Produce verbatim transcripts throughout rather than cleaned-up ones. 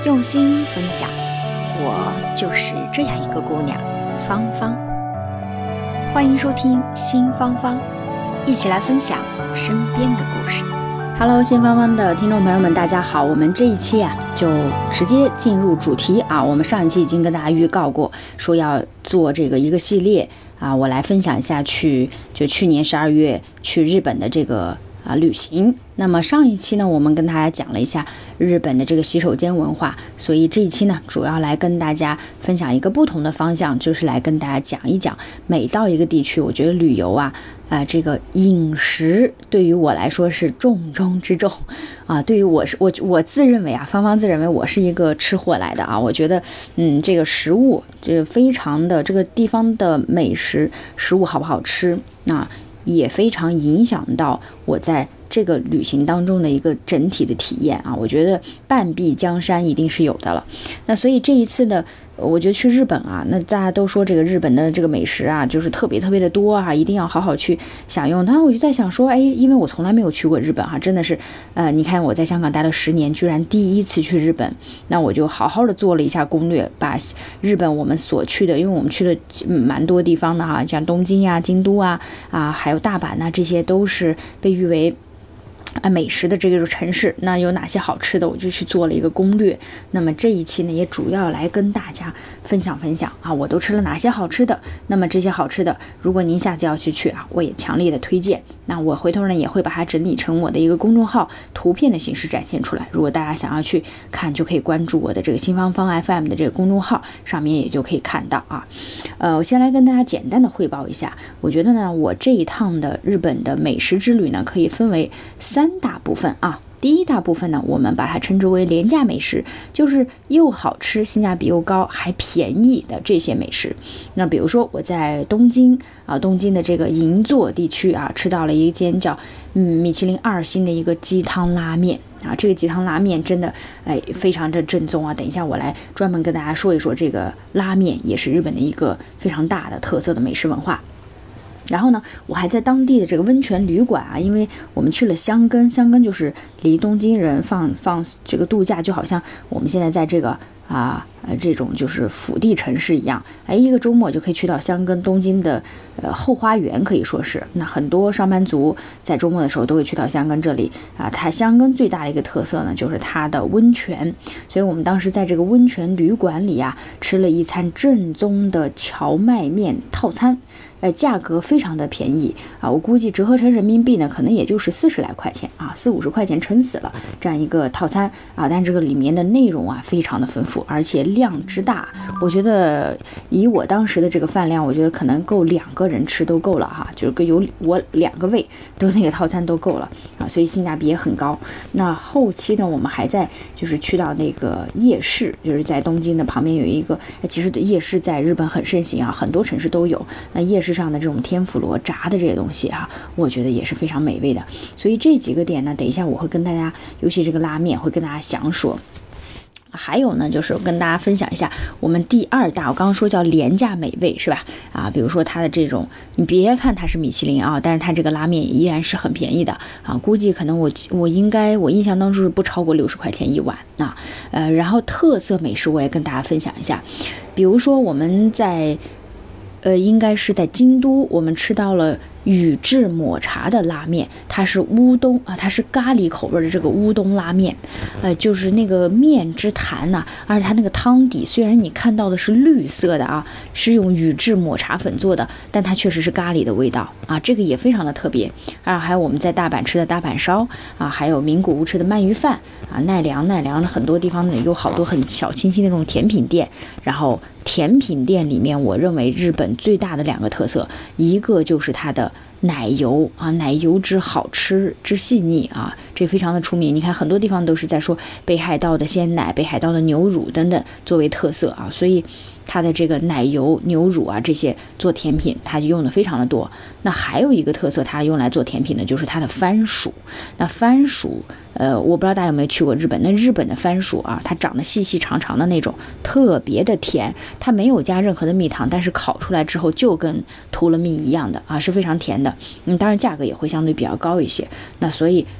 用心分享，我就是这样一个姑娘，芳芳。欢迎收听新芳芳，一起来分享身边的故事。 Hello， 新芳芳的听众朋友们，大家好。我们这一期啊，就直接进入主题啊。我们上一期已经跟大家预告过，说要做这个一个系列啊，我来分享一下去就去年十二月去日本的这个啊旅行。那么上一期呢，我们跟大家讲了一下日本的这个洗手间文化，所以这一期呢，主要来跟大家分享一个不同的方向，就是来跟大家讲一讲，每到一个地区，我觉得旅游啊，啊、呃，这个饮食对于我来说是重中之重啊。对于我是我我自认为啊，芳芳自认为我是一个吃货来的啊。我觉得，嗯，这个食物这非常的这个地方的美食食物好不好吃，那也非常影响到我在这个旅行当中的一个整体的体验啊。我觉得半壁江山一定是有的了。那所以这一次呢，我觉得去日本啊，那大家都说这个日本的这个美食啊，就是特别特别的多啊，一定要好好去享用。但我就在想说，哎，因为我从来没有去过日本哈、啊，真的是，呃，你看我在香港待了十年，居然第一次去日本，那我就好好的做了一下攻略，把日本我们所去的，因为我们去的蛮多地方的哈、啊，像东京呀、京都啊啊，还有大阪呐、啊，这些都是被誉为啊，美食的这个城市，那有哪些好吃的，我就去做了一个攻略。那么这一期呢，也主要来跟大家分享分享啊，我都吃了哪些好吃的。那么这些好吃的，如果您下次要去去啊，我也强烈的推荐。那我回头呢，也会把它整理成我的一个公众号图片的形式展现出来。如果大家想要去看，就可以关注我的这个新芳芳 F M 的这个公众号，上面也就可以看到啊。呃，我先来跟大家简单的汇报一下。我觉得呢，我这一趟的日本的美食之旅呢，可以分为三大部分啊。第一大部分呢，我们把它称之为廉价美食，就是又好吃、性价比又高、还便宜的这些美食。那比如说我在东京啊，东京的这个银座地区啊，吃到了一间叫嗯米其林二星的一个鸡汤拉面啊，这个鸡汤拉面真的哎非常的正宗啊。等一下我来专门跟大家说一说这个拉面，也是日本的一个非常大的特色的美食文化。然后呢，我还在当地的这个温泉旅馆啊，因为我们去了箱根，箱根就是离东京人放放这个度假，就好像我们现在在这个啊呃这种就是府地城市一样，哎，一个周末就可以去到箱根，东京的呃后花园可以说是。那很多上班族在周末的时候都会去到箱根这里啊。它箱根最大的一个特色呢，就是它的温泉，所以我们当时在这个温泉旅馆里啊，吃了一餐正宗的荞麦面套餐。呃，价格非常的便宜啊，我估计折合成人民币呢，可能也就是四十来块钱啊，四五十块钱撑死了这样一个套餐啊。但这个里面的内容啊，非常的丰富，而且量之大，我觉得以我当时的这个饭量，我觉得可能够两个人吃都够了哈，就是有我两个胃都那个套餐都够了啊，所以性价比也很高。那后期呢，我们还在就是去到那个夜市，就是在东京的旁边有一个，其实夜市在日本很盛行啊，很多城市都有。那夜市上的这种天妇罗炸的这些东西哈、啊，我觉得也是非常美味的。所以这几个点呢，等一下我会跟大家，尤其这个拉面会跟大家详说。还有呢，就是跟大家分享一下我们第二大，我刚刚说叫廉价美味是吧？啊，比如说它的这种，你别看它是米其林啊，但是它这个拉面依然是很便宜的啊，估计可能我我应该我印象当中是不超过六十块钱一碗啊。呃，然后特色美食我也跟大家分享一下，比如说我们在。呃，应该是在京都，我们吃到了宇治抹茶的拉面，它是乌冬啊，它是咖喱口味的这个乌冬拉面，呃，就是那个面之弹呐、啊，而且它那个汤底虽然你看到的是绿色的啊，是用宇治抹茶粉做的，但它确实是咖喱的味道啊，这个也非常的特别啊。还有我们在大阪吃的大阪烧啊，还有名古屋吃的鳗鱼饭啊，奈良奈良的很多地方呢有好多很小清新的那种甜品店，然后甜品店里面，我认为日本最大的两个特色，一个就是它的奶油啊，奶油之好吃之细腻啊，这非常的出名。你看很多地方都是在说北海道的鲜奶、北海道的牛乳等等作为特色啊，所以它的这个奶油、牛乳啊这些做甜品，它就用的非常的多。那还有一个特色，它用来做甜品的就是它的番薯。那番薯，呃，我不知道大家有没有去过日本，那日本的番薯啊，它长得细细长长的那种，特别的甜，它没有加任何的蜜糖，但是烤出来之后就跟涂了蜜一样的啊，是非常甜的。嗯，当然价格也会相对比较高一些。那所以当地的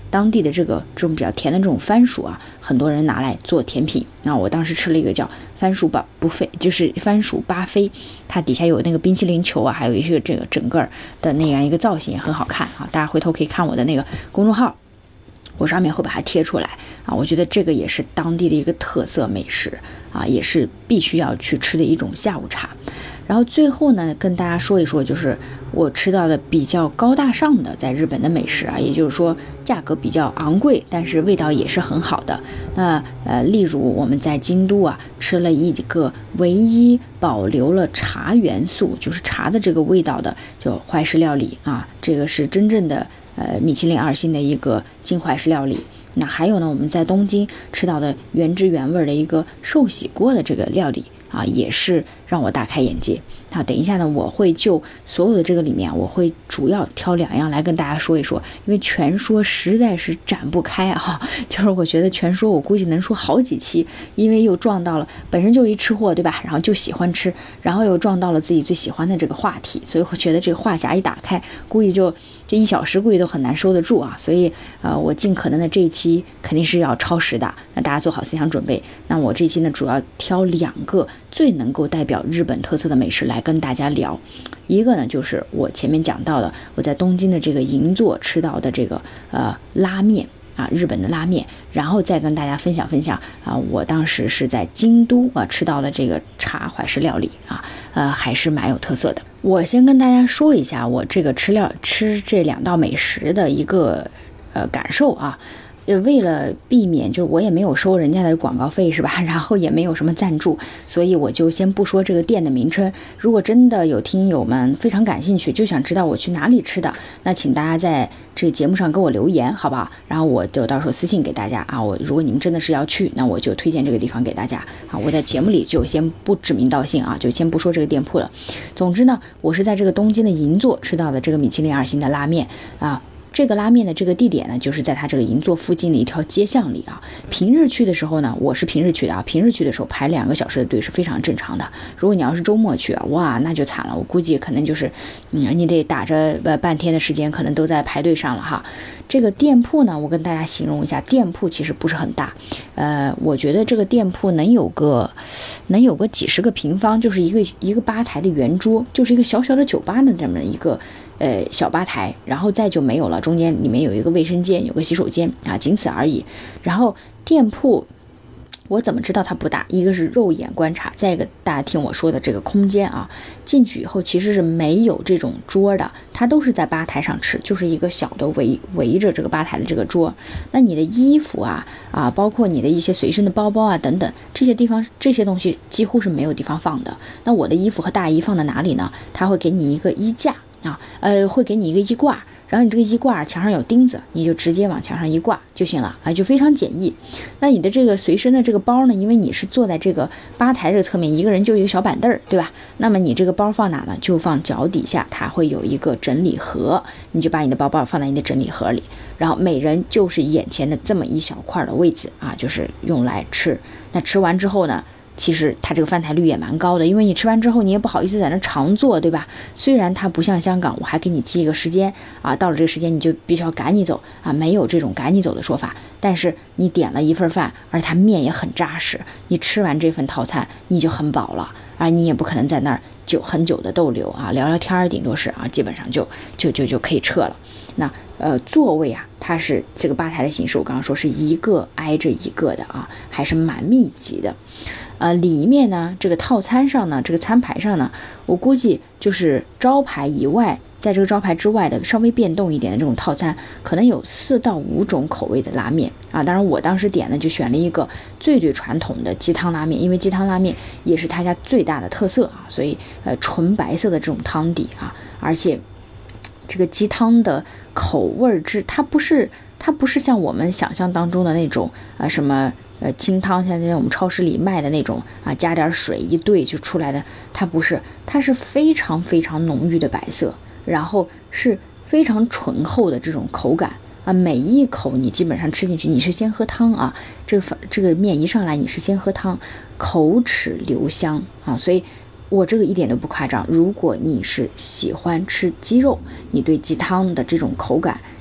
的这个这种比较甜的这种番薯啊，很多人拿来做甜品。那我当时吃了一个叫番薯巴布菲，就是番薯巴菲，它底下有那个冰淇淋球啊，还有一个这个整个的那样一个造型也很好看啊。大家回头可以看我的那个公众号，我上面会把它贴出来啊。我觉得这个也是当地的一个特色美食啊，也是必须要去吃的一种下午茶。然后最后呢，跟大家说一说，就是我吃到的比较高大上的在日本的美食啊，也就是说价格比较昂贵，但是味道也是很好的。那呃，例如我们在京都啊吃了一个唯一保留了茶元素，就是茶的这个味道的，就怀石料理啊，这个是真正的呃米其林二星的一个金怀石料理。那还有呢，我们在东京吃到的原汁原味的一个寿喜锅的这个料理啊，也是让我大开眼界。好，等一下呢，我会就所有的这个里面，我会主要挑两样来跟大家说一说，因为全说实在是展不开啊，就是我觉得全说我估计能说好几期，因为又撞到了本身就是一吃货，对吧？然后就喜欢吃，然后又撞到了自己最喜欢的这个话题，所以我觉得这个话匣一打开，估计就这一小时估计都很难收得住啊。所以呃，我尽可能的这一期肯定是要超时的，那大家做好思想准备。那我这一期呢，主要挑两个最能够代表日本特色的美食来跟大家聊。一个呢，就是我前面讲到的，我在东京的这个银座吃到的这个呃拉面啊，日本的拉面，然后再跟大家分享分享啊，我当时是在京都啊吃到的这个茶怀石料理啊，呃还是蛮有特色的。我先跟大家说一下我这个吃料吃这两道美食的一个呃感受啊。呃，为了避免，就是我也没有收人家的广告费，是吧？然后也没有什么赞助，所以我就先不说这个店的名称。如果真的有听友们非常感兴趣，就想知道我去哪里吃的，那请大家在这个节目上给我留言，好不好？然后我就到时候私信给大家啊。我如果你们真的是要去，那我就推荐这个地方给大家啊。我在节目里就先不指名道姓啊，就先不说这个店铺了。总之呢，我是在这个东京的银座吃到的这个米其林二星的拉面啊。这个拉面的这个地点呢，就是在它这个银座附近的一条街巷里啊。平日去的时候呢，我是平日去的啊，平日去的时候排两个小时的队是非常正常的。如果你要是周末去啊，哇，那就惨了，我估计可能就是，嗯，你得打着呃半天的时间，可能都在排队上了哈。这个店铺呢，我跟大家形容一下，店铺其实不是很大，呃，我觉得这个店铺能有个，能有个几十个平方，就是一个一个吧台的圆桌，就是一个小小的酒吧的这么一个呃小吧台，然后再就没有了，中间里面有一个卫生间，有个洗手间啊，仅此而已。然后店铺我怎么知道它不大？一个是肉眼观察，再一个大家听我说的这个空间啊，进去以后其实是没有这种桌的，它都是在吧台上吃，就是一个小的围围着这个吧台的这个桌。那你的衣服啊啊，包括你的一些随身的包包啊等等，这些地方这些东西几乎是没有地方放的。那我的衣服和大衣放在哪里呢？它会给你一个衣架啊，呃，会给你一个衣挂。然后你这个衣挂墙上有钉子，你就直接往墙上一挂就行了啊，就非常简易。那你的这个随身的这个包呢，因为你是坐在这个吧台这个侧面，一个人就一个小板凳儿，对吧？那么你这个包放哪呢？就放脚底下，它会有一个整理盒，你就把你的包包放在你的整理盒里，然后每人就是眼前的这么一小块的位置啊，就是用来吃。那吃完之后呢，其实它这个翻台率也蛮高的，因为你吃完之后你也不好意思在那常坐，对吧？虽然它不像香港，我还给你记一个时间啊，到了这个时间你就必须要赶紧走啊，没有这种赶紧走的说法。但是你点了一份饭，而它面也很扎实，你吃完这份套餐你就很饱了，而你也不可能在那儿久很久的逗留啊，聊聊天儿顶多是啊，基本上就就就就可以撤了。那呃座位啊，它是这个吧台的形式，我刚刚说是一个挨着一个的啊，还是蛮密集的。呃，里面呢，这个套餐上呢，这个餐牌上呢，我估计就是招牌以外，在这个招牌之外的稍微变动一点的这种套餐，可能有四到五种口味的拉面啊。当然，我当时点呢就选了一个最最传统的鸡汤拉面，因为鸡汤拉面也是他家最大的特色啊，所以呃纯白色的这种汤底啊，而且这个鸡汤的口味质，它不是它不是像我们想象当中的那种啊、呃、什么。呃，清汤像在我们超市里卖的那种啊，加点水一兑就出来的，它不是，它是非常非常浓郁的白色，然后是非常醇厚的这种口感啊，每一口你基本上吃进去，你是先喝汤啊，这个这个面一上来你是先喝汤，口齿留香啊，所以我这个一点都不夸张。如果你是喜欢吃鸡肉，你对鸡汤的这种口感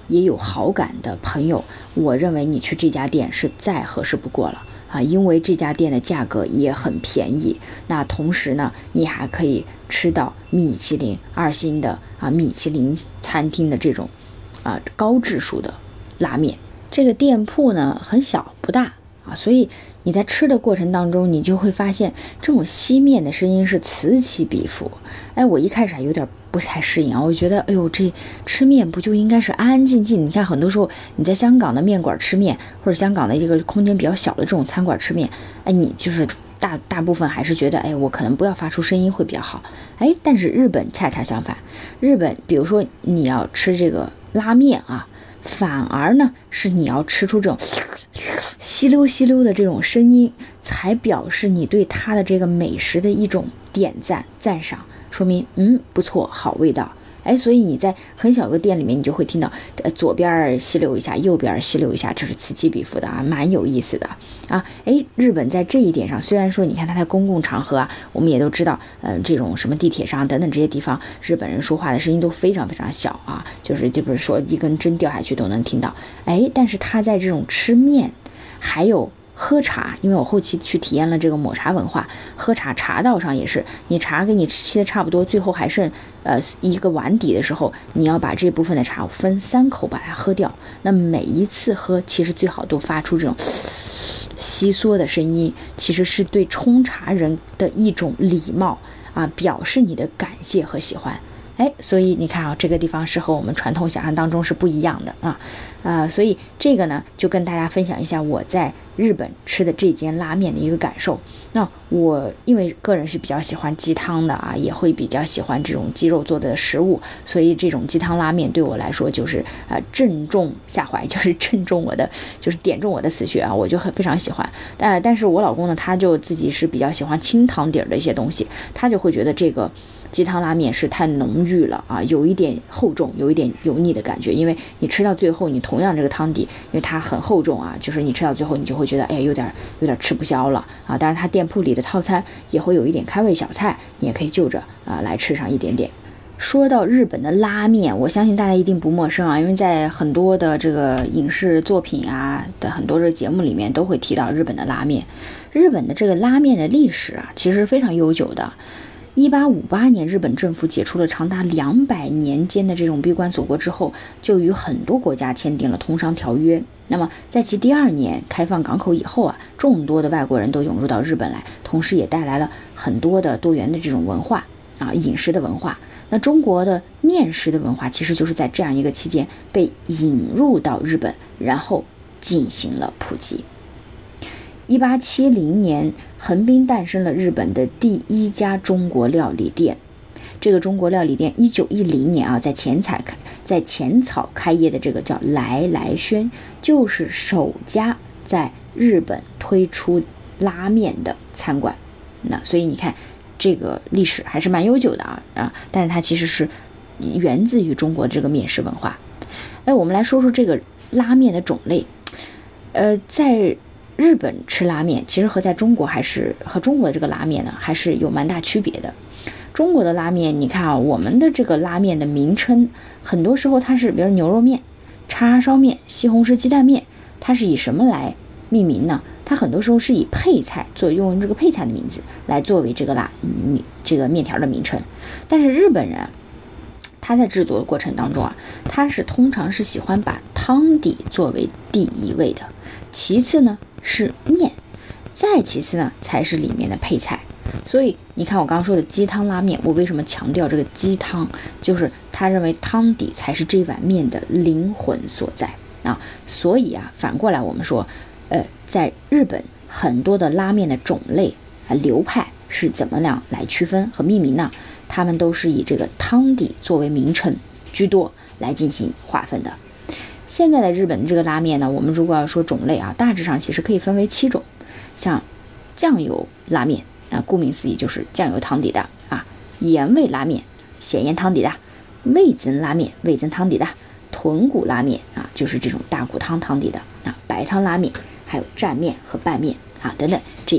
也有好感的朋友，我认为你去这家店是再合适不过了啊，因为这家店的价格也很便宜。那同时呢，你还可以吃到米其林二星的啊，米其林餐厅的这种啊高质数的拉面。这个店铺呢很小不大啊，所以你在吃的过程当中，你就会发现这种吸面的声音是此起彼伏。哎，我一开始还有点不太适应啊，我觉得哎呦，这吃面不就应该是安安静静？你看很多时候你在香港的面馆吃面，或者香港的一个空间比较小的这种餐馆吃面，哎，你就是大大部分还是觉得哎，我可能不要发出声音会比较好。哎，但是日本恰恰相反，日本比如说你要吃这个拉面啊，反而呢是你要吃出这种吸溜吸溜的这种声音，才表示你对它的这个美食的一种点赞赞赏，说明嗯不错，好味道。哎，所以你在很小个店里面，你就会听到呃左边吸溜一下，右边吸溜一下，这是此起彼伏的啊，蛮有意思的啊。哎，日本在这一点上，虽然说你看它在公共场合啊，我们也都知道，嗯、呃，这种什么地铁上等等这些地方，日本人说话的声音都非常非常小啊，就是就不是说一根针掉下去都能听到。哎，但是他在这种吃面，还有喝茶，因为我后期去体验了这个抹茶文化，喝茶茶道上也是，你茶给你沏的差不多，最后还剩呃一个碗底的时候，你要把这部分的茶分三口把它喝掉。那每一次喝，其实最好都发出这种稀嗦的声音，其实是对冲茶人的一种礼貌啊，表示你的感谢和喜欢。哎，所以你看啊，这个地方是和我们传统想象当中是不一样的啊，呃，所以这个呢，就跟大家分享一下我在日本吃的这间拉面的一个感受。那我因为个人是比较喜欢鸡汤的啊，也会比较喜欢这种鸡肉做的食物，所以这种鸡汤拉面对我来说就是呃正中下怀，就是正中我的，就是点中我的死穴啊，我就很非常喜欢。但、呃、但是我老公呢，他就自己是比较喜欢清汤底儿的一些东西，他就会觉得这个鸡汤拉面是太浓郁了啊，有一点厚重，有一点油腻的感觉。因为你吃到最后，你同样这个汤底，因为它很厚重啊，就是你吃到最后，你就会觉得哎，有点有点吃不消了啊。当然，它店铺里的套餐也会有一点开胃小菜，你也可以就着啊来吃上一点点。说到日本的拉面，我相信大家一定不陌生啊，因为在很多的这个影视作品啊的很多的节目里面都会提到日本的拉面。日本的这个拉面的历史啊，其实非常悠久的。一八五八年，日本政府解除了长达两百年间的这种闭关锁国之后，就与很多国家签订了通商条约。那么，在其第二年开放港口以后啊，众多的外国人都涌入到日本来，同时也带来了很多的多元的这种文化啊，饮食的文化。那中国的面食的文化，其实就是在这样一个期间被引入到日本，然后进行了普及。一八七零年，横滨诞生了日本的第一家中国料理店。这个中国料理店，一九一零年啊，在浅草在浅草开业的这个叫来来轩，就是首家在日本推出拉面的餐馆。那所以你看，这个历史还是蛮悠久的啊啊！但是它其实是源自于中国这个面食文化。哎，我们来说说这个拉面的种类。呃，在日本吃拉面其实和在中国还是和中国的这个拉面呢还是有蛮大区别的。中国的拉面，你看啊，我们的这个拉面的名称很多时候它是比如牛肉面、叉烧面、西红柿鸡蛋面，它是以什么来命名呢？它很多时候是以配菜做用这个配菜的名字来作为这个拉嗯这个面条的名称。但是日本人他在制作的过程当中啊，他是通常是喜欢把汤底作为第一位的，其次呢是面，再其次呢才是里面的配菜。所以你看我刚刚说的鸡汤拉面，我为什么强调这个鸡汤，就是他认为汤底才是这碗面的灵魂所在啊。所以啊，反过来我们说呃，在日本很多的拉面的种类啊流派是怎么样来区分和命名呢？他们都是以这个汤底作为名称居多来进行划分的。现在的日本的这个拉面呢，我们如果要说种类啊，大致上其实可以分为七种。像酱油拉面啊，顾名思义就是酱油汤底的啊；盐味拉面，咸盐汤底的；味增拉面，味增汤底的；豚骨拉面啊，就是这种大骨汤汤底的啊；白汤拉面，还有蘸面和拌面啊等等这些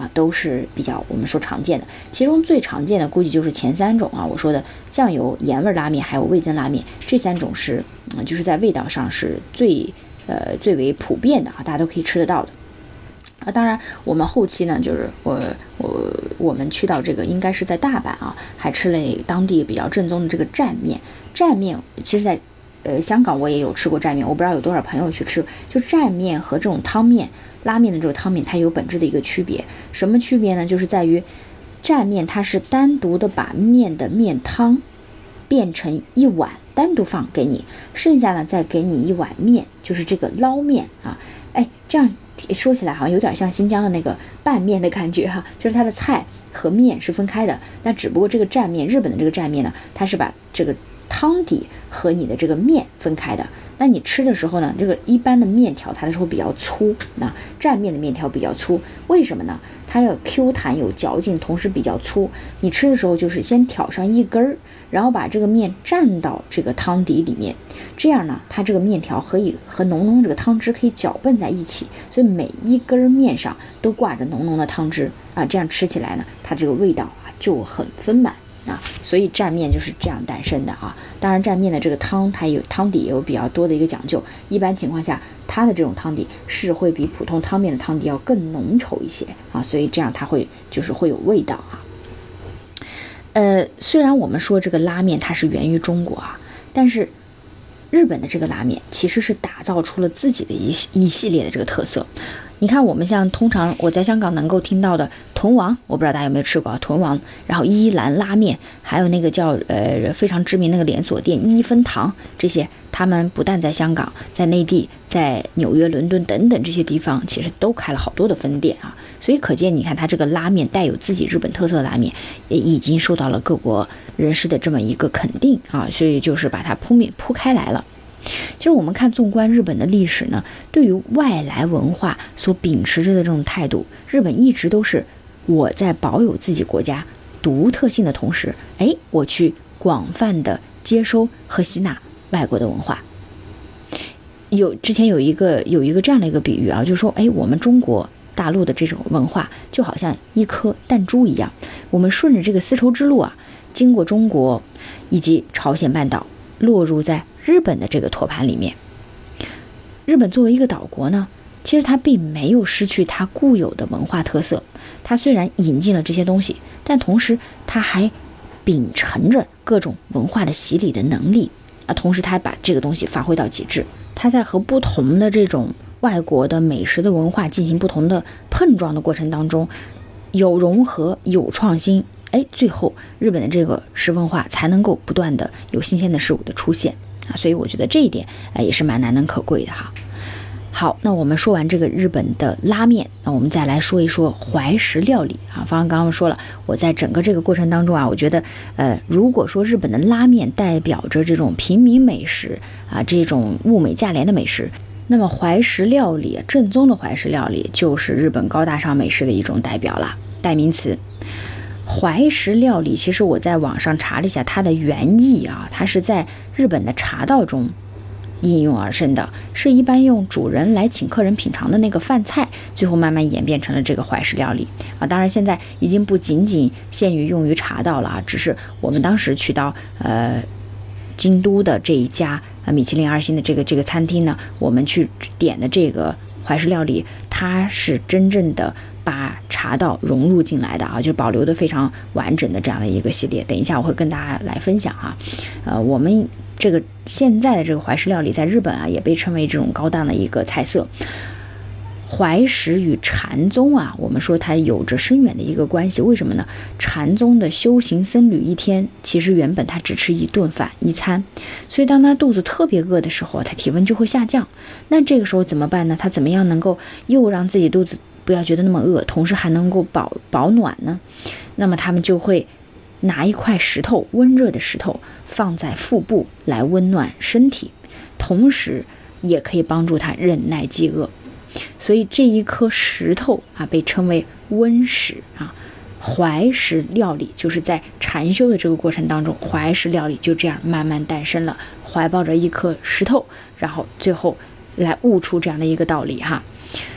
啊，都是比较我们说常见的。其中最常见的估计就是前三种啊，我说的酱油盐味拉面还有味增拉面，这三种是嗯就是在味道上是最呃最为普遍的啊，大家都可以吃得到的。啊，当然，我们后期呢，就是我我我们去到这个应该是在大阪啊，还吃了当地比较正宗的这个蘸面。蘸面其实在呃香港我也有吃过蘸面，我不知道有多少朋友去吃。就蘸面和这种汤面、拉面的这个汤面，它有本质的一个区别。什么区别呢？就是在于蘸面它是单独的把面的面汤变成一碗，单独放给你，剩下呢再给你一碗面，就是这个捞面啊。哎，这样说起来好像有点像新疆的那个拌面的感觉哈，就是它的菜和面是分开的，那只不过这个蘸面，日本的这个蘸面呢，它是把这个汤底和你的这个面分开的。那你吃的时候呢，这个一般的面条它的时候比较粗，那蘸面的面条比较粗，为什么呢？它要 Q 弹有嚼劲，同时比较粗。你吃的时候就是先挑上一根儿，然后把这个面蘸到这个汤底里面，这样呢，它这个面条可以和浓浓的这个汤汁可以搅拌在一起，所以每一根面上都挂着浓浓的汤汁啊，这样吃起来呢，它这个味道啊就很丰满。啊，所以蘸面就是这样诞生的啊。当然，蘸面的这个汤，它有汤底也有比较多的一个讲究。一般情况下，它的这种汤底是会比普通汤面的汤底要更浓稠一些啊，所以这样它会就是会有味道啊。呃，虽然我们说这个拉面它是源于中国啊，但是日本的这个拉面其实是打造出了自己的一一系列的这个特色。你看，我们像通常我在香港能够听到的豚王，我不知道大家有没有吃过啊？豚王，然后伊兰拉面，还有那个叫呃非常知名那个连锁店一分堂，这些他们不但在香港，在内地，在纽约、伦敦等等这些地方，其实都开了好多的分店啊。所以可见，你看它这个拉面带有自己日本特色的拉面，也已经受到了各国人士的这么一个肯定啊，所以就是把它铺面铺开来了。其实我们看纵观日本的历史呢，对于外来文化所秉持着的这种态度，日本一直都是我在保有自己国家独特性的同时，哎，我去广泛的接收和吸纳外国的文化。有之前有一个有一个这样的一个比喻啊，就是说，哎，我们中国大陆的这种文化就好像一颗弹珠一样，我们顺着这个丝绸之路啊，经过中国以及朝鲜半岛，落入在日本的这个托盘里面。日本作为一个岛国呢，其实它并没有失去它固有的文化特色，它虽然引进了这些东西，但同时它还秉承着各种文化的洗礼的能力啊，同时它把这个东西发挥到极致，它在和不同的这种外国的美食的文化进行不同的碰撞的过程当中，有融合，有创新，哎，最后日本的这个食文化才能够不断的有新鲜的事物的出现啊，所以我觉得这一点哎也是蛮难能可贵的哈。好，那我们说完这个日本的拉面，那我们再来说一说怀石料理啊。方刚刚说了，我在整个这个过程当中啊，我觉得呃，如果说日本的拉面代表着这种平民美食啊，这种物美价廉的美食，那么怀石料理，正宗的怀石料理就是日本高大上美食的一种代表了，代名词。怀石料理其实我在网上查了一下它的原意啊，它是在日本的茶道中应用而生的，是一般用主人来请客人品尝的那个饭菜，最后慢慢演变成了这个怀石料理啊。当然现在已经不仅仅限于用于茶道了啊，只是我们当时去到呃京都的这一家啊米其林二星的这个这个餐厅呢，我们去点的这个怀石料理，它是真正的把茶道融入进来的啊，就保留的非常完整的这样的一个系列。等一下我会跟大家来分享啊，呃，我们这个现在的这个怀石料理在日本啊，也被称为这种高档的一个菜色。怀石与禅宗啊，我们说它有着深远的一个关系。为什么呢？禅宗的修行僧侣一天其实原本他只吃一顿饭一餐，所以当他肚子特别饿的时候，他体温就会下降。那这个时候怎么办呢？他怎么样能够又让自己肚子不要觉得那么饿，同时还能够保保暖呢？那么他们就会拿一块石头，温热的石头放在腹部来温暖身体，同时也可以帮助他忍耐饥饿。所以这一颗石头啊，被称为温石啊。怀石料理就是在禅修的这个过程当中，怀石料理就这样慢慢诞生了，怀抱着一颗石头，然后最后来悟出这样的一个道理哈。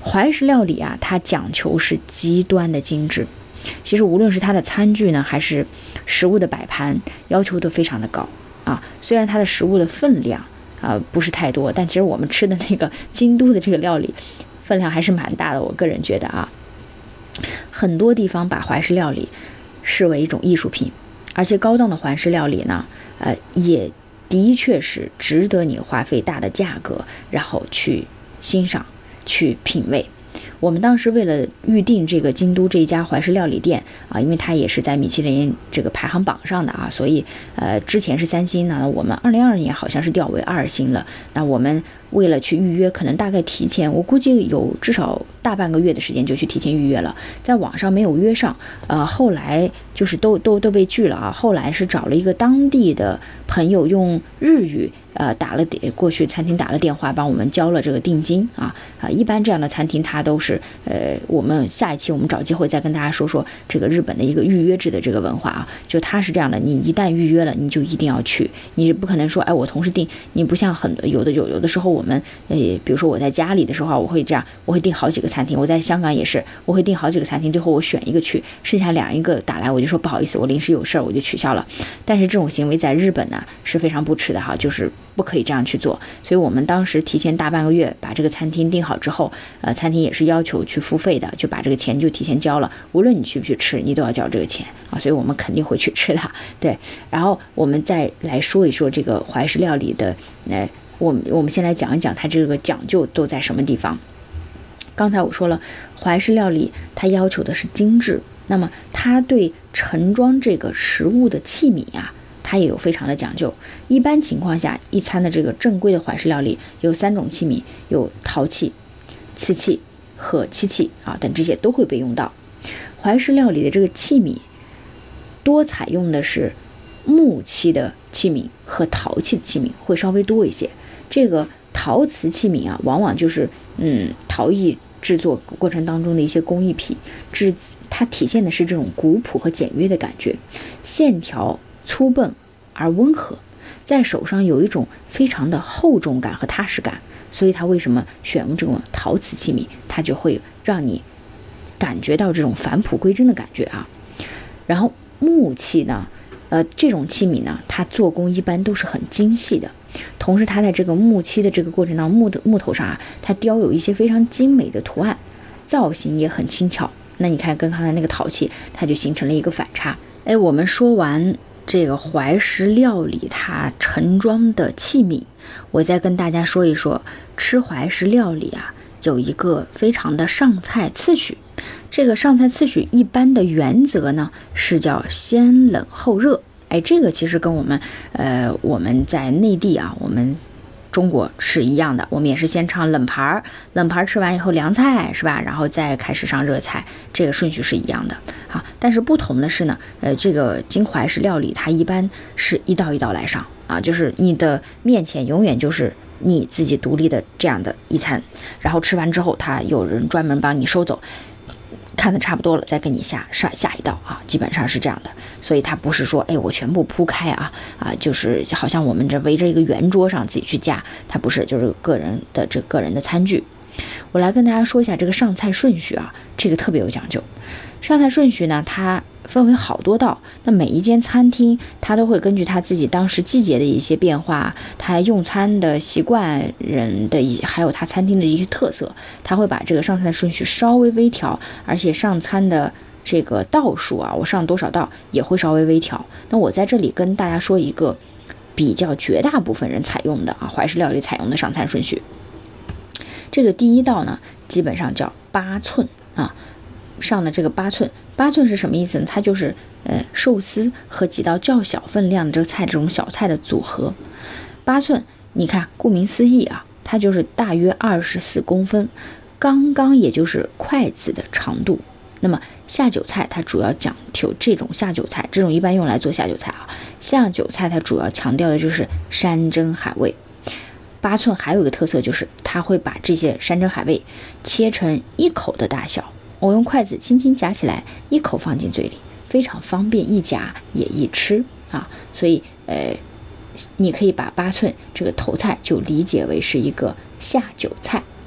怀石料理啊，它讲求是极端的精致。其实无论是它的餐具呢，还是食物的摆盘，要求都非常的高啊。虽然它的食物的分量啊不是太多，但其实我们吃的那个京都的这个料理分量还是蛮大的。我个人觉得啊，很多地方把怀石料理视为一种艺术品，而且高档的怀石料理呢，呃，也的确是值得你花费大的价格，然后去欣赏、去品味。我们当时为了预定这个京都这一家怀石料理店啊，因为它也是在米其林这个排行榜上的啊，所以呃之前是三星呢，我们二零二二年好像是调为二星了。那我们为了去预约，可能大概提前，我估计有至少大半个月的时间就去提前预约了，在网上没有约上，呃，后来就是都都都被拒了啊。后来是找了一个当地的朋友用日语呃打了点过去餐厅打了电话，帮我们交了这个定金啊啊。一般这样的餐厅它都是呃，我们下一期我们找机会再跟大家说说这个日本的一个预约制的这个文化啊，就它是这样的，你一旦预约了，你就一定要去，你不可能说哎我同时订，你不像很多有的有有的时候。我们呃，比如说我在家里的时候，我会这样，我会订好几个餐厅。我在香港也是，我会订好几个餐厅，最后我选一个去，剩下两一个打来，我就说不好意思，我临时有事儿，我就取消了。但是这种行为在日本呢是非常不耻的哈，就是不可以这样去做。所以我们当时提前大半个月把这个餐厅订好之后，呃，餐厅也是要求去付费的，就把这个钱就提前交了。无论你去不去吃，你都要交这个钱啊，所以我们肯定会去吃的。对，然后我们再来说一说这个怀石料理的呃。我们我们先来讲一讲它这个讲究都在什么地方。刚才我说了，怀石料理它要求的是精致，那么它对盛装这个食物的器皿啊，它也有非常的讲究。一般情况下，一餐的这个正规的怀石料理有三种器皿，有陶器、瓷器和漆器啊等这些都会被用到。怀石料理的这个器皿多采用的是木器的器皿和陶器的器皿会稍微多一些。这个陶瓷器皿啊，往往就是嗯陶艺制作过程当中的一些工艺品，制它体现的是这种古朴和简约的感觉，线条粗笨而温和，在手上有一种非常的厚重感和踏实感，所以它为什么选用这种陶瓷器皿，它就会让你感觉到这种返璞归真的感觉啊。然后木器呢，呃，这种器皿呢，它做工一般都是很精细的，同时它在这个木漆的这个过程当中，木的木头上啊，它雕有一些非常精美的图案，造型也很轻巧。那你看跟刚才那个陶器，它就形成了一个反差。哎，我们说完这个怀石料理它盛装的器皿，我再跟大家说一说吃怀石料理啊，有一个非常的上菜次序。这个上菜次序一般的原则呢是叫先冷后热。哎，这个其实跟我们呃我们在内地啊，我们中国是一样的，我们也是先上冷盘，冷盘吃完以后凉菜是吧，然后再开始上热菜，这个顺序是一样的啊。但是不同的是呢，呃，这个京淮式料理它一般是一道一道来上啊，就是你的面前永远就是你自己独立的这样的一餐，然后吃完之后，他有人专门帮你收走。看的差不多了，再给你下上下一道啊，基本上是这样的。所以它不是说，哎，我全部铺开啊啊，就是好像我们这围着一个圆桌上自己去架，它不是，就是个人的这个人的餐具。我来跟大家说一下这个上菜顺序啊，这个特别有讲究。上菜顺序呢，它分为好多道，那每一间餐厅它都会根据它自己当时季节的一些变化，它用餐的习惯人的还有它餐厅的一些特色，它会把这个上菜顺序稍微微调，而且上餐的这个道数啊，我上多少道也会稍微微调。那我在这里跟大家说一个比较绝大部分人采用的啊，淮式料理采用的上餐顺序。这个第一道呢，基本上叫八寸啊。上的这个八寸，八寸是什么意思呢？它就是呃寿司和几道较小分量的这个菜，这种小菜的组合。八寸，你看顾名思义啊，它就是大约二十四公分，刚刚也就是筷子的长度。那么下酒菜它主要讲究这种下酒菜，这种一般用来做下酒菜啊。下酒菜它主要强调的就是山珍海味。八寸还有一个特色就是它会把这些山珍海味切成一口的大小。我用筷子轻轻夹起来，一口放进嘴里，非常方便易夹也易吃啊。所以呃，你可以把八寸这个头菜就理解为是一个下酒菜啊。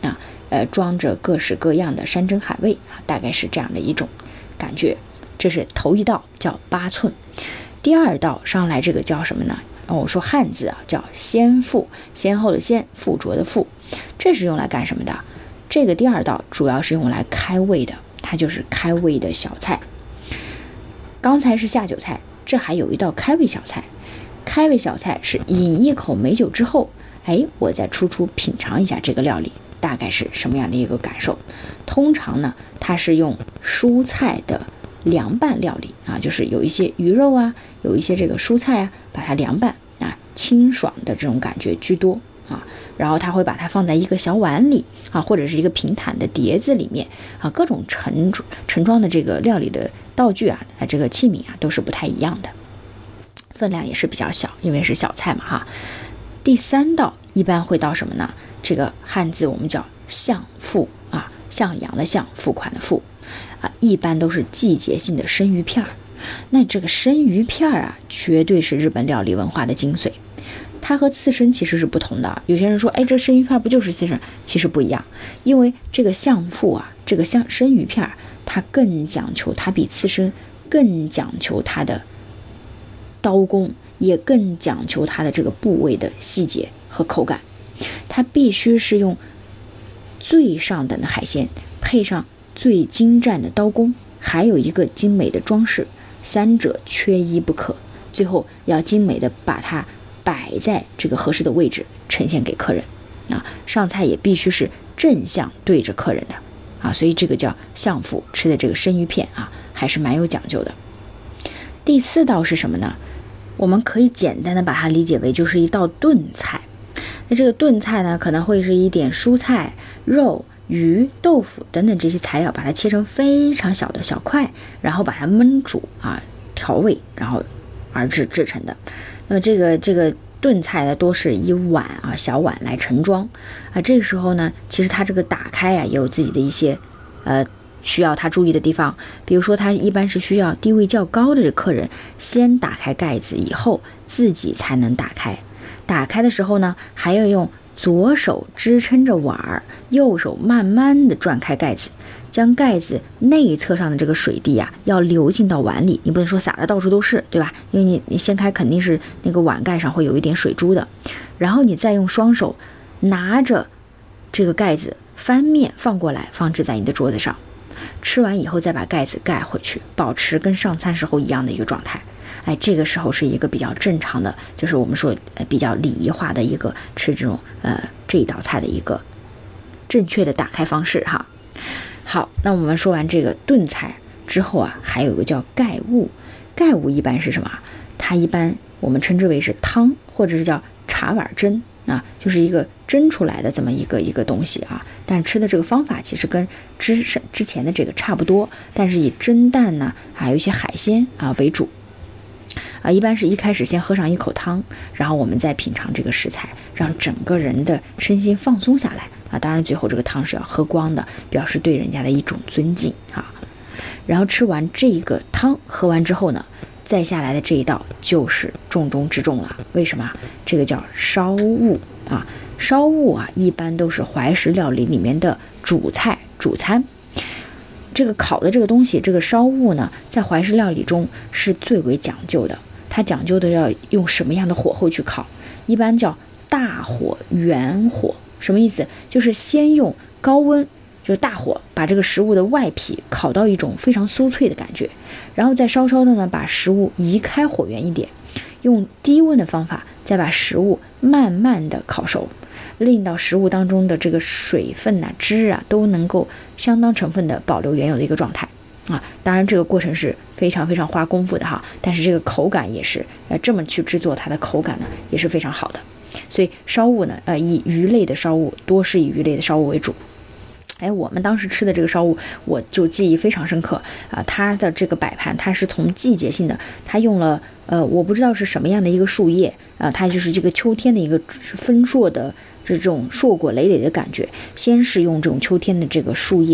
呃装着各式各样的山珍海味啊，大概是这样的一种感觉。这是头一道叫八寸。第二道上来这个叫什么呢？哦，我说汉字啊叫先腹，先后的先，附着的附，这是用来干什么的？这个第二道主要是用来开胃的，它就是开胃的小菜。刚才是下酒菜，这还有一道开胃小菜。开胃小菜是饮一口美酒之后，哎，我再初初品尝一下这个料理大概是什么样的一个感受。通常呢，它是用蔬菜的凉拌料理啊，就是有一些鱼肉啊，有一些这个蔬菜啊，把它凉拌啊，清爽的这种感觉居多啊。然后他会把它放在一个小碗里啊，或者是一个平坦的碟子里面啊，各种盛盛装的这个料理的道具啊，啊这个器皿啊都是不太一样的，分量也是比较小，因为是小菜嘛哈。第三道一般会到什么呢？这个汉字我们叫象腹啊，向阳的向，付款的付啊，一般都是季节性的生鱼片儿。那这个生鱼片儿啊，绝对是日本料理文化的精髓。它和刺身其实是不同的。有些人说，哎，这生鱼片不就是刺身？其实不一样，因为这个象腹啊，这个像生鱼片，它更讲求，它比刺身更讲求它的刀工，也更讲求它的这个部位的细节和口感。它必须是用最上等的海鲜，配上最精湛的刀工，还有一个精美的装饰，三者缺一不可。最后要精美的把它摆在这个合适的位置，呈现给客人啊。上菜也必须是正向对着客人的啊，所以这个叫象腹，吃的这个生鱼片啊，还是蛮有讲究的。第四道是什么呢？我们可以简单的把它理解为就是一道炖菜。那这个炖菜呢，可能会是一点蔬菜、肉、鱼、豆腐等等这些材料，把它切成非常小的小块，然后把它焖煮啊，调味，然后而制制成的。那么这个这个炖菜呢，多是以碗啊小碗来盛装啊。这个时候呢，其实它这个打开啊，也有自己的一些呃需要他注意的地方。比如说，它一般是需要地位较高的这客人先打开盖子，以后自己才能打开。打开的时候呢，还要用左手支撑着碗儿，右手慢慢的转开盖子，将盖子内侧上的这个水滴啊，要流进到碗里。你不能说洒的到处都是，对吧？因为你你掀开肯定是那个碗盖上会有一点水珠的。然后你再用双手拿着这个盖子翻面放过来，放置在你的桌子上。吃完以后再把盖子盖回去，保持跟上餐时候一样的一个状态。哎，这个时候是一个比较正常的，就是我们说呃比较礼仪化的一个吃这种呃这一道菜的一个正确的打开方式哈。好，那我们说完这个炖菜之后啊，还有一个叫盖物。盖物一般是什么？它一般我们称之为是汤，或者是叫茶碗蒸啊，就是一个蒸出来的这么一个一个东西啊。但吃的这个方法其实跟之之前的这个差不多，但是以蒸蛋呢，还有一些海鲜啊为主。啊，一般是一开始先喝上一口汤，然后我们再品尝这个食材，让整个人的身心放松下来啊。当然最后这个汤是要喝光的，表示对人家的一种尊敬啊。然后吃完这个汤，喝完之后呢，再下来的这一道就是重中之重了。为什么？这个叫烧物啊。烧物啊，一般都是怀石料理里面的主菜主餐。这个烤的这个东西，这个烧物呢，在怀石料理中是最为讲究的。它讲究的要用什么样的火候去烤，一般叫大火圆火。什么意思？就是先用高温，就是大火把这个食物的外皮烤到一种非常酥脆的感觉，然后再稍稍的呢把食物移开火源一点，用低温的方法再把食物慢慢的烤熟，令到食物当中的这个水分啊、汁啊都能够相当成分的保留原有的一个状态啊。当然这个过程是非常非常花功夫的哈，但是这个口感也是呃这么去制作，它的口感呢也是非常好的。所以烧物呢，呃以鱼类的烧物，多是以鱼类的烧物为主。哎，我们当时吃的这个烧物，我就记忆非常深刻啊！它的这个摆盘，它是从季节性的，它用了呃，我不知道是什么样的一个树叶啊，它就是这个秋天的一个丰硕的这种硕果累累的感觉。先是用这种秋天的这个树叶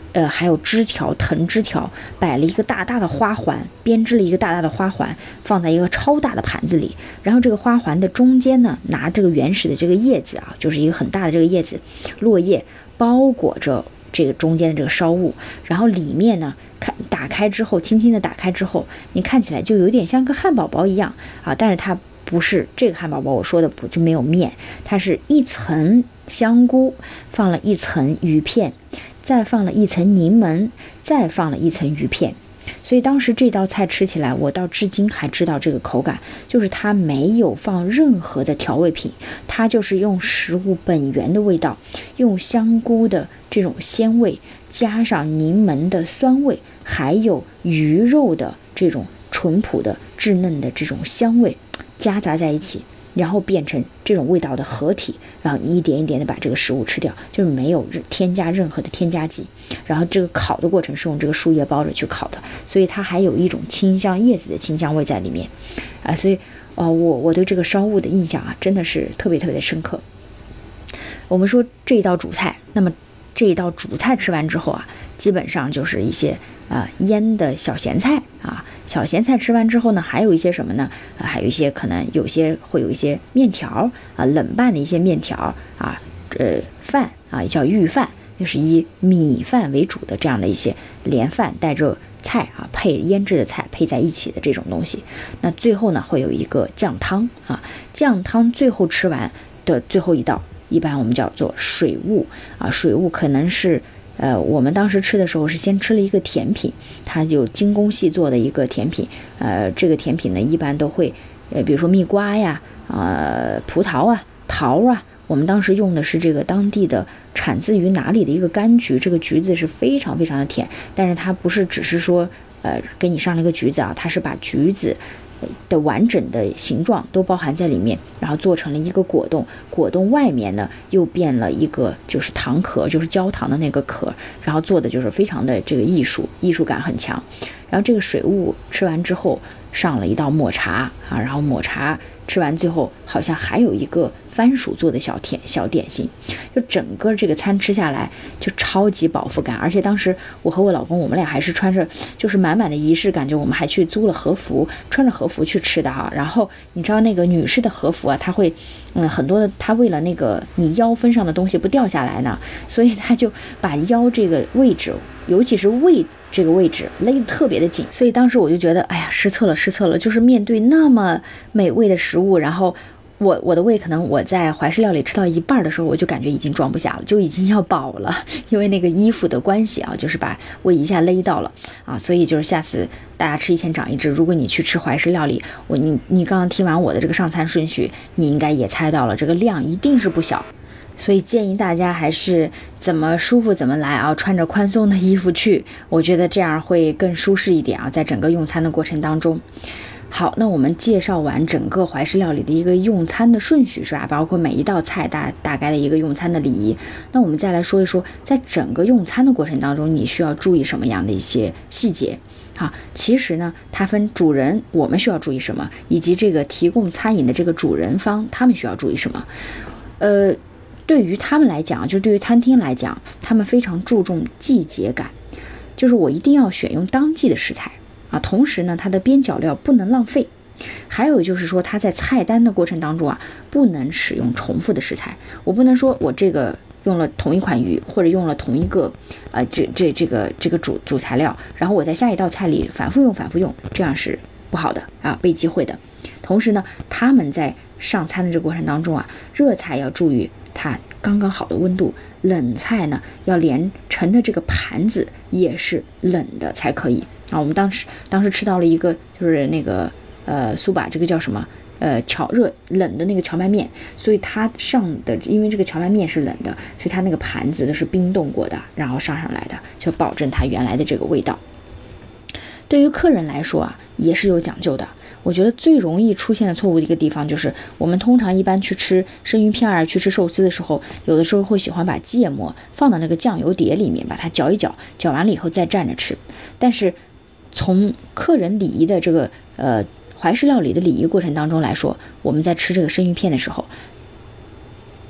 呃，还有枝条、藤枝条，摆了一个大大的花环，编织了一个大大的花环，放在一个超大的盘子里。然后这个花环的中间呢，拿这个原始的这个叶子啊，就是一个很大的这个叶子，落叶包裹着这个中间的这个烧物，然后里面呢，看打开之后，轻轻的打开之后，你看起来就有点像个汉堡包一样啊，但是它不是这个汉堡包，我说的不就没有面，它是一层香菇，放了一层鱼片。再放了一层柠檬，再放了一层鱼片，所以当时这道菜吃起来，我到至今还知道这个口感，就是它没有放任何的调味品，它就是用食物本源的味道，用香菇的这种鲜味，加上柠檬的酸味，还有鱼肉的这种淳朴的稚嫩的这种香味，夹杂在一起。然后变成这种味道的合体，然后你一点一点的把这个食物吃掉，就是没有添加任何的添加剂。然后这个烤的过程是用这个树叶包着去烤的，所以它还有一种清香叶子的清香味在里面啊，所以呃，我我对这个烧物的印象啊，真的是特别特别的深刻。我们说这一道主菜，那么这一道主菜吃完之后啊，基本上就是一些啊、呃、腌的小咸菜啊。小咸菜吃完之后呢，还有一些什么呢？啊，还有一些可能有些会有一些面条啊，冷拌的一些面条啊，呃，饭啊，也叫御饭，就是以米饭为主的这样的一些连饭带着菜啊，配腌制的菜配在一起的这种东西。那最后呢，会有一个酱汤啊，酱汤最后吃完的最后一道，一般我们叫做水物啊，水物可能是。呃，我们当时吃的时候是先吃了一个甜品，它有精工细做的一个甜品。呃，这个甜品呢，一般都会，呃，比如说蜜瓜呀，呃，葡萄啊，桃啊。我们当时用的是这个当地的产自于哪里的一个柑橘，这个橘子是非常非常的甜，但是它不是只是说，呃，给你上了一个橘子啊，它是把橘子的完整的形状都包含在里面，然后做成了一个果冻，果冻外面呢又变了一个就是糖壳，就是焦糖的那个壳，然后做的就是非常的这个艺术，艺术感很强。然后这个水物吃完之后上了一道抹茶啊，然后抹茶吃完最后好像还有一个番薯做的小甜小点心，就整个这个餐吃下来就超级饱腹感。而且当时我和我老公我们俩还是穿着就是满满的仪式感，就我们还去租了和服，穿着和服去吃的哈。然后你知道那个女士的和服啊，她会嗯很多的，她为了那个你腰分上的东西不掉下来呢，所以她就把腰这个位置，尤其是胃这个位置勒得特别的紧，所以当时我就觉得，哎呀，失策了，失策了！就是面对那么美味的食物，然后我我的胃可能我在怀石料理吃到一半的时候，我就感觉已经装不下了，就已经要饱了，因为那个衣服的关系啊，就是把胃一下勒到了啊，所以就是下次大家吃一堑长一智，如果你去吃怀石料理，我你你刚刚听完我的这个上餐顺序，你应该也猜到了，这个量一定是不小。所以建议大家还是怎么舒服怎么来啊，穿着宽松的衣服去，我觉得这样会更舒适一点啊，在整个用餐的过程当中。好，那我们介绍完整个怀石料理的一个用餐的顺序是吧，包括每一道菜大大概的一个用餐的礼仪。那我们再来说一说，在整个用餐的过程当中，你需要注意什么样的一些细节啊？其实呢，它分主人我们需要注意什么，以及这个提供餐饮的这个主人方他们需要注意什么。呃。对于他们来讲，就对于餐厅来讲，他们非常注重季节感，就是我一定要选用当季的食材啊，同时呢，它的边角料不能浪费，还有就是说，它在菜单的过程当中啊，不能使用重复的食材，我不能说我这个用了同一款鱼，或者用了同一个呃这这这个这个主主材料，然后我在下一道菜里反复用反复用，这样是不好的啊，被忌讳的。同时呢，他们在上餐的这个过程当中啊，热菜要注意它刚刚好的温度，冷菜呢要连盛的这个盘子也是冷的才可以啊。我们当时当时吃到了一个就是那个呃苏把这个叫什么呃荞热冷的那个荞麦面，所以它上的因为这个荞麦面是冷的，所以它那个盘子都是冰冻过的，然后上上来的，就保证它原来的这个味道。对于客人来说啊，也是有讲究的。我觉得最容易出现的错误的一个地方就是，我们通常一般去吃生鱼片儿、去吃寿司的时候，有的时候会喜欢把芥末放到那个酱油碟里面，把它搅一搅，搅完了以后再蘸着吃。但是从客人礼仪的这个呃怀石料理的礼仪过程当中来说，我们在吃这个生鱼片的时候，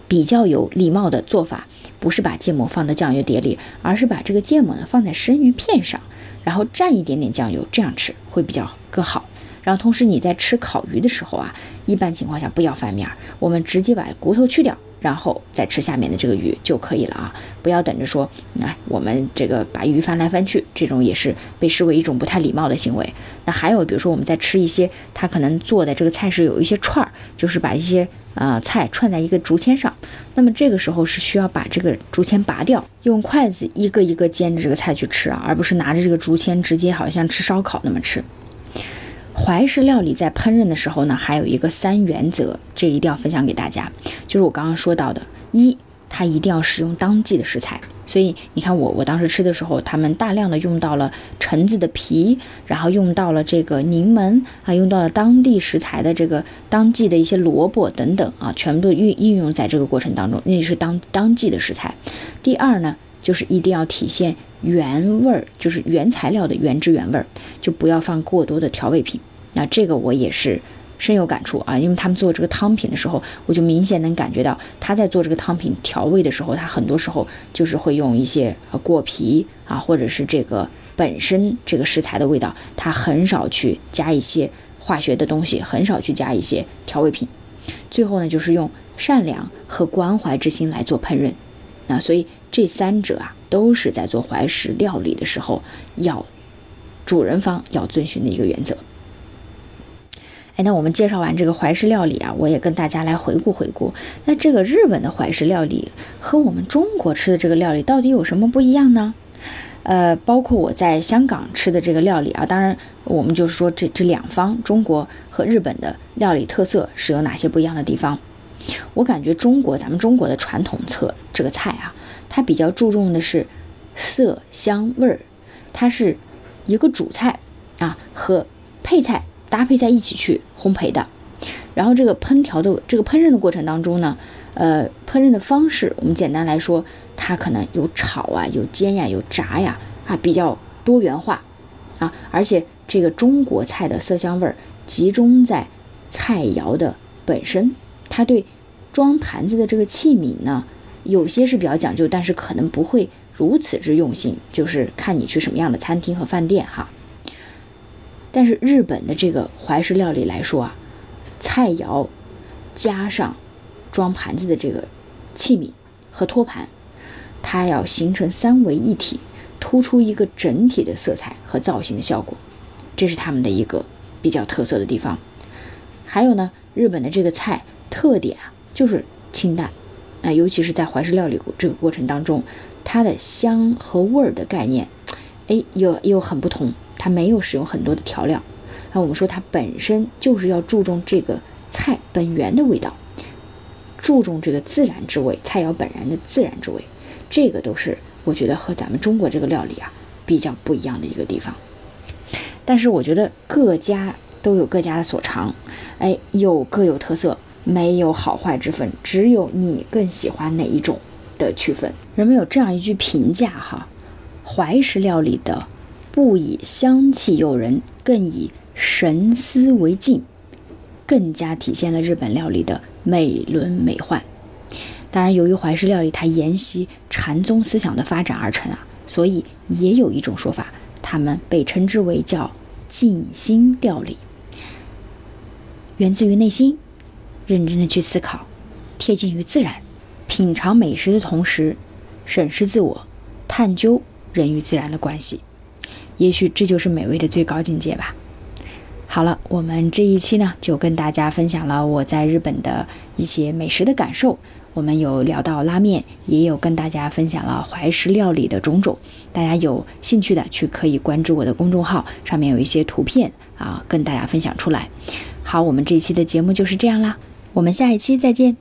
比较有礼貌的做法，不是把芥末放到酱油碟里，而是把这个芥末呢放在生鱼片上，然后蘸一点点酱油，这样吃会比较更好。然后同时你在吃烤鱼的时候啊，一般情况下不要翻面，我们直接把骨头去掉，然后再吃下面的这个鱼就可以了啊！不要等着说，哎，我们这个把鱼翻来翻去，这种也是被视为一种不太礼貌的行为。那还有比如说我们在吃一些，他可能做的这个菜是有一些串儿，就是把一些呃菜串在一个竹签上，那么这个时候是需要把这个竹签拔掉，用筷子一个一个煎着这个菜去吃啊，而不是拿着这个竹签直接好像吃烧烤那么吃。怀石料理在烹饪的时候呢，还有一个三原则，这一定要分享给大家。就是我刚刚说到的，一，它一定要使用当季的食材。所以你看我我当时吃的时候，他们大量的用到了橙子的皮，然后用到了这个柠檬啊，用到了当地食材的这个当季的一些萝卜等等啊，全部运运用在这个过程当中，那是当当季的食材。第二呢，就是一定要体现原味儿，就是原材料的原汁原味儿，就不要放过多的调味品。那这个我也是深有感触啊，因为他们做这个汤品的时候，我就明显能感觉到他在做这个汤品调味的时候，他很多时候就是会用一些呃果皮啊，或者是这个本身这个食材的味道，他很少去加一些化学的东西，很少去加一些调味品。最后呢，就是用善良和关怀之心来做烹饪。那所以这三者啊，都是在做怀石料理的时候要主人方要遵循的一个原则。哎，那我们介绍完这个怀石料理啊，我也跟大家来回顾回顾。那这个日本的怀石料理和我们中国吃的这个料理到底有什么不一样呢？呃，包括我在香港吃的这个料理啊，当然我们就是说这这两方中国和日本的料理特色是有哪些不一样的地方。我感觉中国咱们中国的传统菜这个菜啊，它比较注重的是色香味儿，它是一个主菜啊和配菜搭配在一起去烘焙的。然后这个烹调的这个烹饪的过程当中呢，呃，烹饪的方式我们简单来说，它可能有炒啊，有煎呀，有炸呀，啊，比较多元化啊。而且这个中国菜的色香味儿集中在菜肴的本身，它对装盘子的这个器皿呢，有些是比较讲究，但是可能不会如此之用心，就是看你去什么样的餐厅和饭店哈。但是日本的这个怀石料理来说啊，菜肴加上装盘子的这个器皿和托盘，它要形成三为一体，突出一个整体的色彩和造型的效果，这是他们的一个比较特色的地方。还有呢，日本的这个菜特点啊，就是清淡啊，尤其是在怀石料理这个过程当中，它的香和味儿的概念，哎，又又很不同。它没有使用很多的调料，那我们说它本身就是要注重这个菜本源的味道，注重这个自然之味，菜肴本然的自然之味，这个都是我觉得和咱们中国这个料理啊比较不一样的一个地方。但是我觉得各家都有各家的所长，哎，有各有特色，没有好坏之分，只有你更喜欢哪一种的区分。人们有这样一句评价哈，怀石料理的不以香气诱人，更以神思为镜，更加体现了日本料理的美轮美奂。当然，由于怀石料理它沿袭禅宗思想的发展而成啊，所以也有一种说法，他们被称之为叫静心料理，源自于内心，认真的去思考，贴近于自然，品尝美食的同时，审视自我，探究人与自然的关系。也许这就是美味的最高境界吧。好了，我们这一期呢，就跟大家分享了我在日本的一些美食的感受。我们有聊到拉面，也有跟大家分享了怀石料理的种种。大家有兴趣的去可以关注我的公众号，上面有一些图片啊，跟大家分享出来。好，我们这一期的节目就是这样啦，我们下一期再见。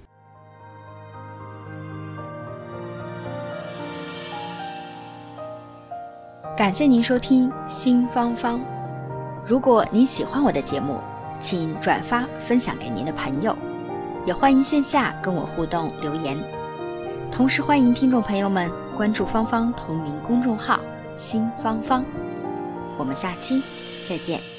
感谢您收听新芳芳。如果您喜欢我的节目，请转发分享给您的朋友，也欢迎线下跟我互动留言。同时欢迎听众朋友们关注芳芳同名公众号新芳芳。我们下期再见。